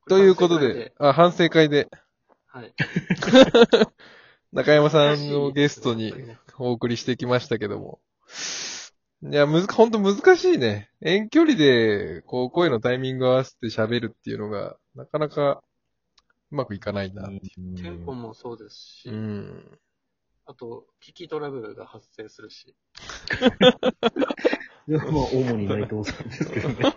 ということで、反省会で、 はい。 中山さんをゲストにお送りしてきましたけども。いや、ほんと難しいね。遠距離で、こう、声のタイミング合わせて喋るっていうのが、なかなかうまくいかないなっていテンポもそうですし、 う。うん。 あと、機器トラブルが発生するし。 いや、まあ、主に内藤さんですけどね。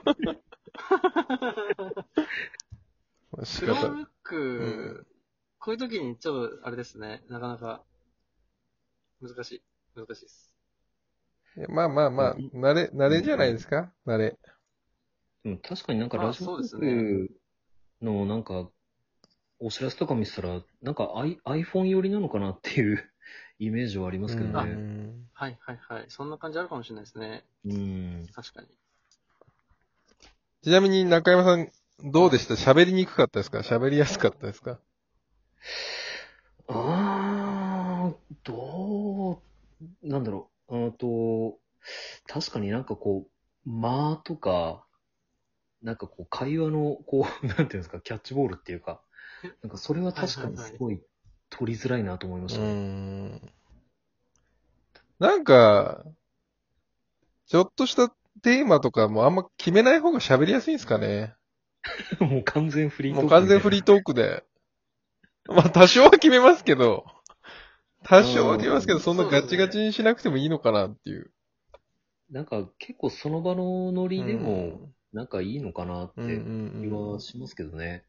仕方。 クロームブック、こういう時にちょっと、あれですね、なかなか、難しいです。 まあ、慣れじゃないですか、慣れ。 でも確かになんかラジオトーそうですね。 クのなんか、お知らせとか見てたら、なんかiPhone 寄りなのかなっていうイメージはありますけどね。 はいはいはい。そんな感じあるかもしれないですね。確かに。 ちなみに中山さん、どうでした？喋りにくかったですか？喋りやすかったですか？ どう、なんだろう。確かになんかこう、間とか、なんかこう、会話の、こう、なんていうんですか、キャッチボールっていうか、なんかそれは確かにすごい取りづらいなと思いましたね。 なんか、ちょっとしたテーマとかもあんま決めない方が喋りやすいんですかね。 もう完全フリートーもうクみたいな。 完全フリートークで。まあ多少は決めますけど、多少は決めますけど、そんなガチガチにしなくてもいいのかなっていう。 なんか結構その場のノリでも、なんかいいのかなって気はしますけどね。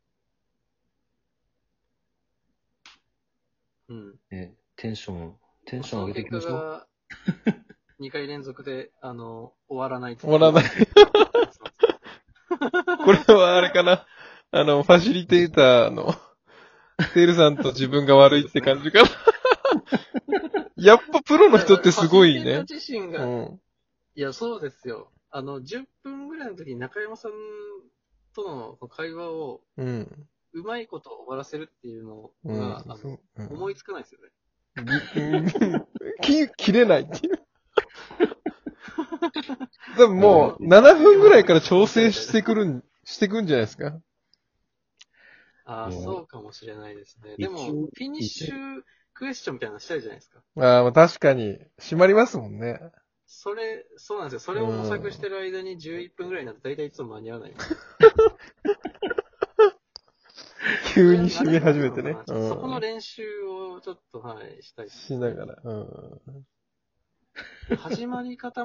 ね、テンション上げていきましょう。 が2回連続で、終わらない。 終わらない。これはあれかな。ファシリテーターの、テールさんと自分が悪いって感じかな。やっぱプロの人ってすごいね。 自身が、いや、そうですよ。10分ぐらいの時に中山さんとの会話を、うまいこと終わらせるっていうのが、思いつかないですよね。 切れないっていう。でももう、7分ぐらいから調整してくんじゃないですか。 そうかもしれないですね。でも、フィニッシュクエスチョンみたいなのしたいじゃないですか。 確かに。閉まりますもんね。 そうなんですよ。それを模索してる間に11分ぐらいになって大体いつも間に合わない。 急に締め始めてね。 そこの練習をちょっと、したいです。 しながら。 始まり方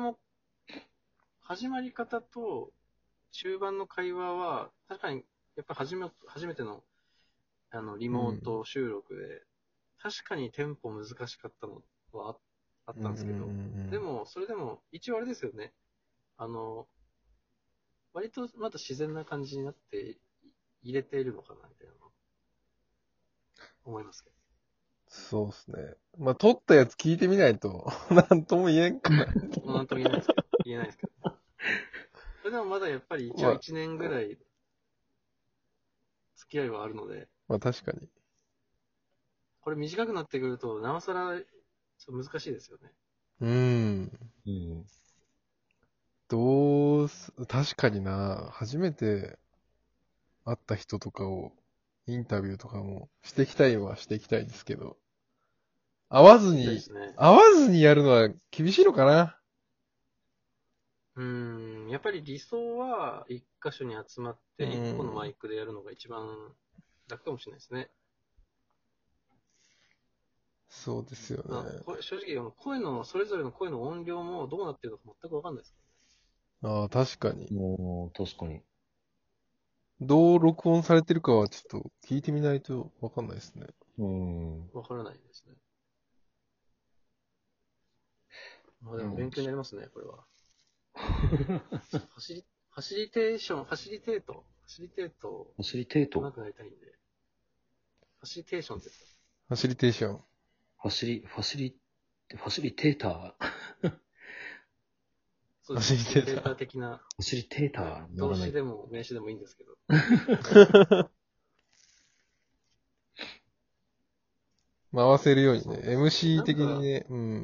と中盤の会話は、確かに、やっぱ初めての、リモート収録で、確かにテンポ難しかったのはあったんですけど、でも、それでも、一応あれですよね。割とまた自然な感じになって入れているのかな、みたいなの思いますけど。 そうですね。まあ、撮ったやつ聞いてみないと、なんとも言えんかな。 なんとも言えないですけど。それでもまだやっぱり一応1年ぐらい付き合いはあるので。 まあ確かに。 これ短くなってくると、なおさら、難しいですよね。 確かにな、初めて会った人とかを、インタビューとかもしていきたいですけど、会わずにやるのは厳しいのかな。 やっぱり理想は一箇所に集まって一個のマイクでやるのが一番楽かもしれないですね。 そうですよね。 正直、それぞれの声の音量もどうなってるのか全くわかんないです確かに。 確かに。 どう録音されてるかはちょっと聞いてみないとわかんないですね。 わからないですね。まあでも勉強になりますね、これは。ファシリテートうまくなりたいんで。ファシリテーションですか？ ファシリテーション。 ファシリテーター。 そうです。ファシリテーター的な。 ファシリテーター。 動詞でも名詞でもいいんですけど。 回せるようにね。MC 的にね。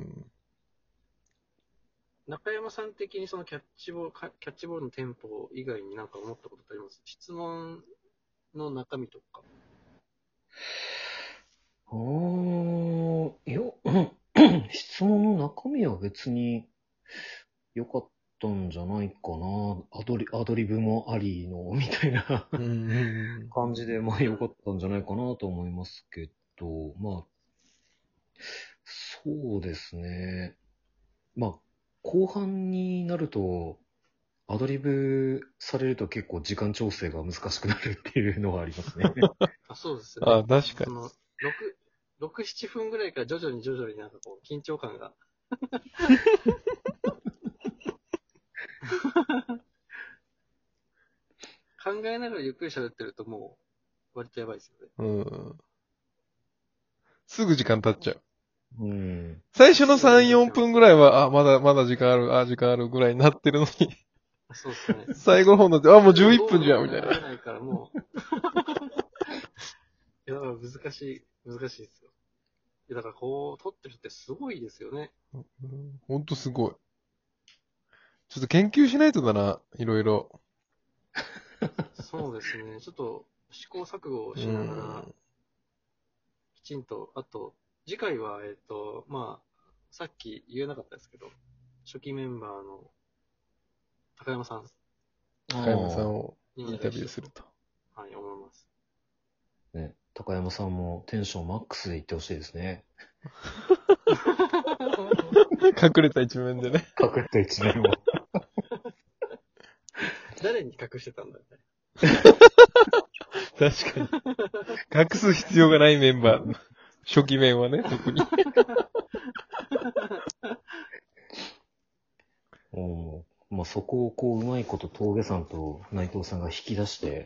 中山さん的にそのキャッチボールのテンポ以外になんか思ったことってあります？質問の中身とか。 いや、質問の中身は別に良かったんじゃないかな。アドリブもありの、みたいなうんうん感じで、まあ良かったんじゃないかなと思いますけど、まあ、そうですね。まあ、後半になると、アドリブされると結構時間調整が難しくなるっていうのはありますね。 あ、そうですね。 あ、確かに。 その、6、7分ぐらいから徐々になんかこう、緊張感が。考えながらゆっくり喋ってるともう、割とやばいですよね。 うん。すぐ時間経っちゃう。 うん。 最初の3、4分ぐらいは、あ、まだ時間ある、時間あるぐらいになってるのに、 そうですね。 最後の方になって、あ、もう11分じゃん、みたいな。 どうないからもう。いや、だから難しいですよ。いや、だからこう、撮ってるってすごいですよね。 ほんとすごい。ちょっと研究しないとだな、いろいろ。 そうですね。ちょっと試行錯誤をうしながら、 ん。 きちんと、あと、次回は、まあ、さっき言えなかったですけど、初期メンバーの高山さん高山さんをにインタビューすると。 はい、思います。 ね、高山さんもテンションマックスで言ってほしいですね。 隠れた一面でね。 隠れた一面を。 誰に隠してたんだみたい確かに。隠す必要がないメンバー。初期面はね、特に。 まあ、そこをこう、うまいこと峠さんと内藤さんが引き出して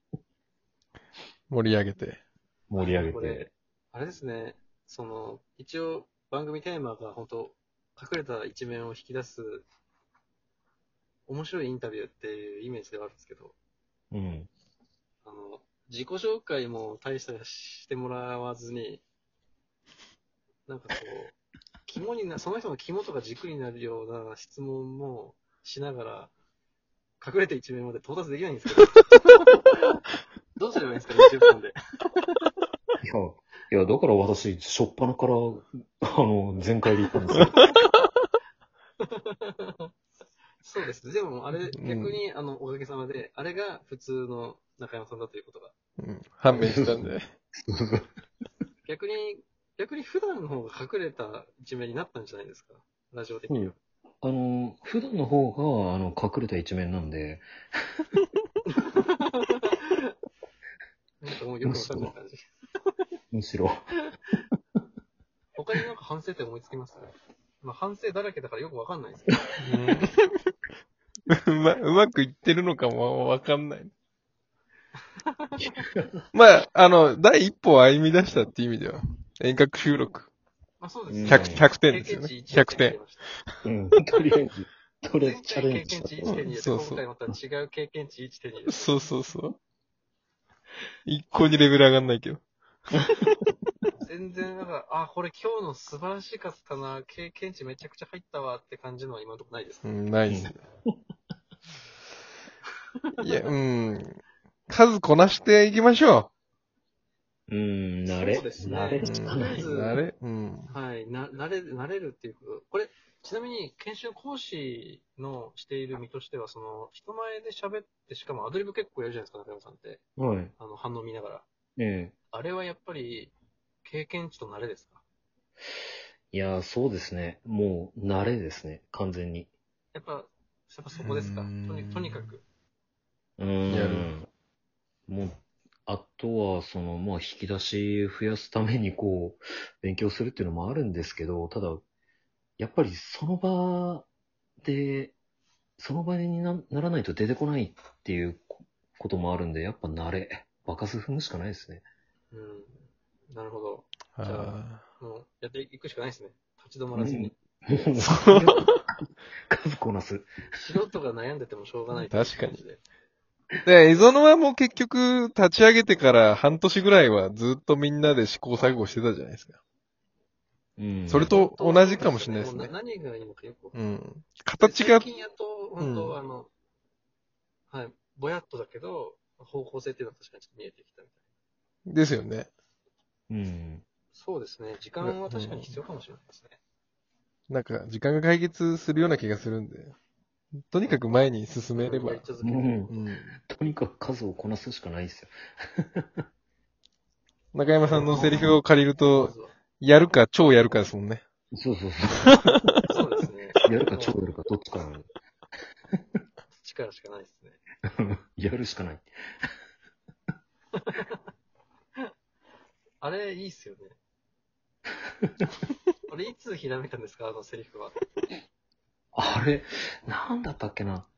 盛り上げて。 盛り上げこれて。 あれですね、一応番組テーマが本当隠れた一面を引き出す面白いインタビューっていうイメージではあるんですけど、 うん。 自己紹介も大したしてもらわずに、なんかこう、その人の肝とか軸になるような質問もしながら、隠れた一面まで到達できないんですけど、どうすればいいんですかね、20分で。 いや、だから私、初っ端から、全開で言ったんですよ。 そうです。でも、あれ、 ん逆に、おかげさまで、あれが普通の中山さんだということが。 判明したんで。 逆に普段の方が隠れた一面になったんじゃないですか。ラジオ的には。 普段の方が、隠れた一面なんで、 なんかもうよくわかんない感じ。 むしろ。 他になんか反省点思いつきます？まあ反省だらけだからよくわかんないですけど。 うまくいってるのかもわかんない。まあ、第一歩を歩み出したっていう意味では、遠隔収録。 まあそうですね。 100点ですよね。100点。 うん、とりあえず、とりあえ前ずチャレ回経ンジした。 験値1.2で、 そうそう今回また違う経験値1.2で。 そうそうそう。一向にレベル上がんないけど。 全然なんか、あ、これ今日の素晴らしかったな、経験値めちゃくちゃ入ったわって感じのは今のところないです。 ないですね。いや、数こなしていきましょ慣れ。 そうですね慣れう。 しかない。 慣れはい、慣れるっていうこと。これ、ちなみに研修講師のしている身としては、人前で喋って、しかもアドリブ結構やるじゃないですか、中山さんって。 はい。 反応見ながら。 ええ。 あれはやっぱり、経験値と慣れですか？ いや、そうですね。もう、慣れですね。完全に。 やっぱそこですか？とにかく。 やるもう、あとは、まあ、引き出し増やすために、こう、勉強するっていうのもあるんですけど、ただ、やっぱりその場にならないと出てこないっていうこともあるんで、やっぱ慣れ。場数踏むしかないですね。 なるほど。じゃあ、もうやっていくしかないですね。立ち止まらずに。 数こなす。 素人が悩んでてもしょうがない。 確かに。で、エゾノはもう結局、立ち上げてから半年ぐらいはずっとみんなで試行錯誤してたじゃないですか。それと同じかもしれないですね。 何がいいのかよく。 形が、 最近やっと、本当はい、ぼやっとだけど、 方向性っていうのは確かにちょっと見えてきたみたいですよね。 うん。 な。そうですね。時間は確かに必要かもしれないですね。 なんか、時間が解決するような気がするんで。とにかく前に進めればやり。続けて。 うんうん。 とにかく数をこなすしかないですよ。 中山さんのセリフを借りるまと、 ずは。 やるか超やるかですもんね。 そうそうそそうですね。 う。やるか超やるかどっちかなの。 力しかないですね。 やるしかない。 あれ、いいっすよね。あれ、いつひらめいたんですか、あのセリフは。 あれ、なんだったっけな。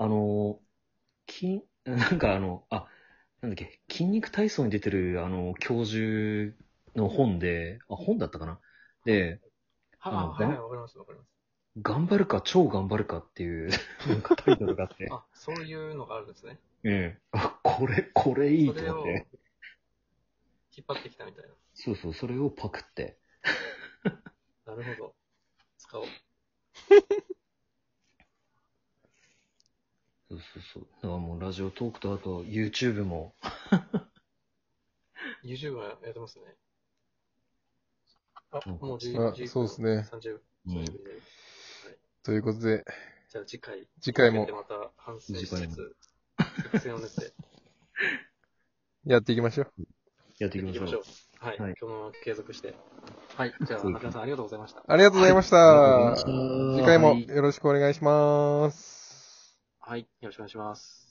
なんかなんだっけ、筋肉体操に出てる、教授の本で、本だったかな。で、 はいはい、わかります、わかります。 頑張るか超頑張るかっていうなんかタイトルがあって、 あ、そういうのがあるんですね。 これいいとそれを思って。 引っ張ってきたみたいな。 そうそう、それをパクって。 なるほど。使おう。 そうそうそう。だからもうラジオトークとあと YouTube も、 YouTube はやってますね。あ、もうあ 11 そうですね 30 うん分で。 ということで、 じゃあ次回。 次回もに向けてまた反省し次回もつつ、作戦を練ってやっていきましょう。 やっていきましょういきましょ。う。はい。 はい今日も継続して。はい。じゃあ、 そう中田さんありがとうございました。 ありがとうございました。 はいありがとうございました次回もはいよろしくお願いします。 はい。よろしくお願いします。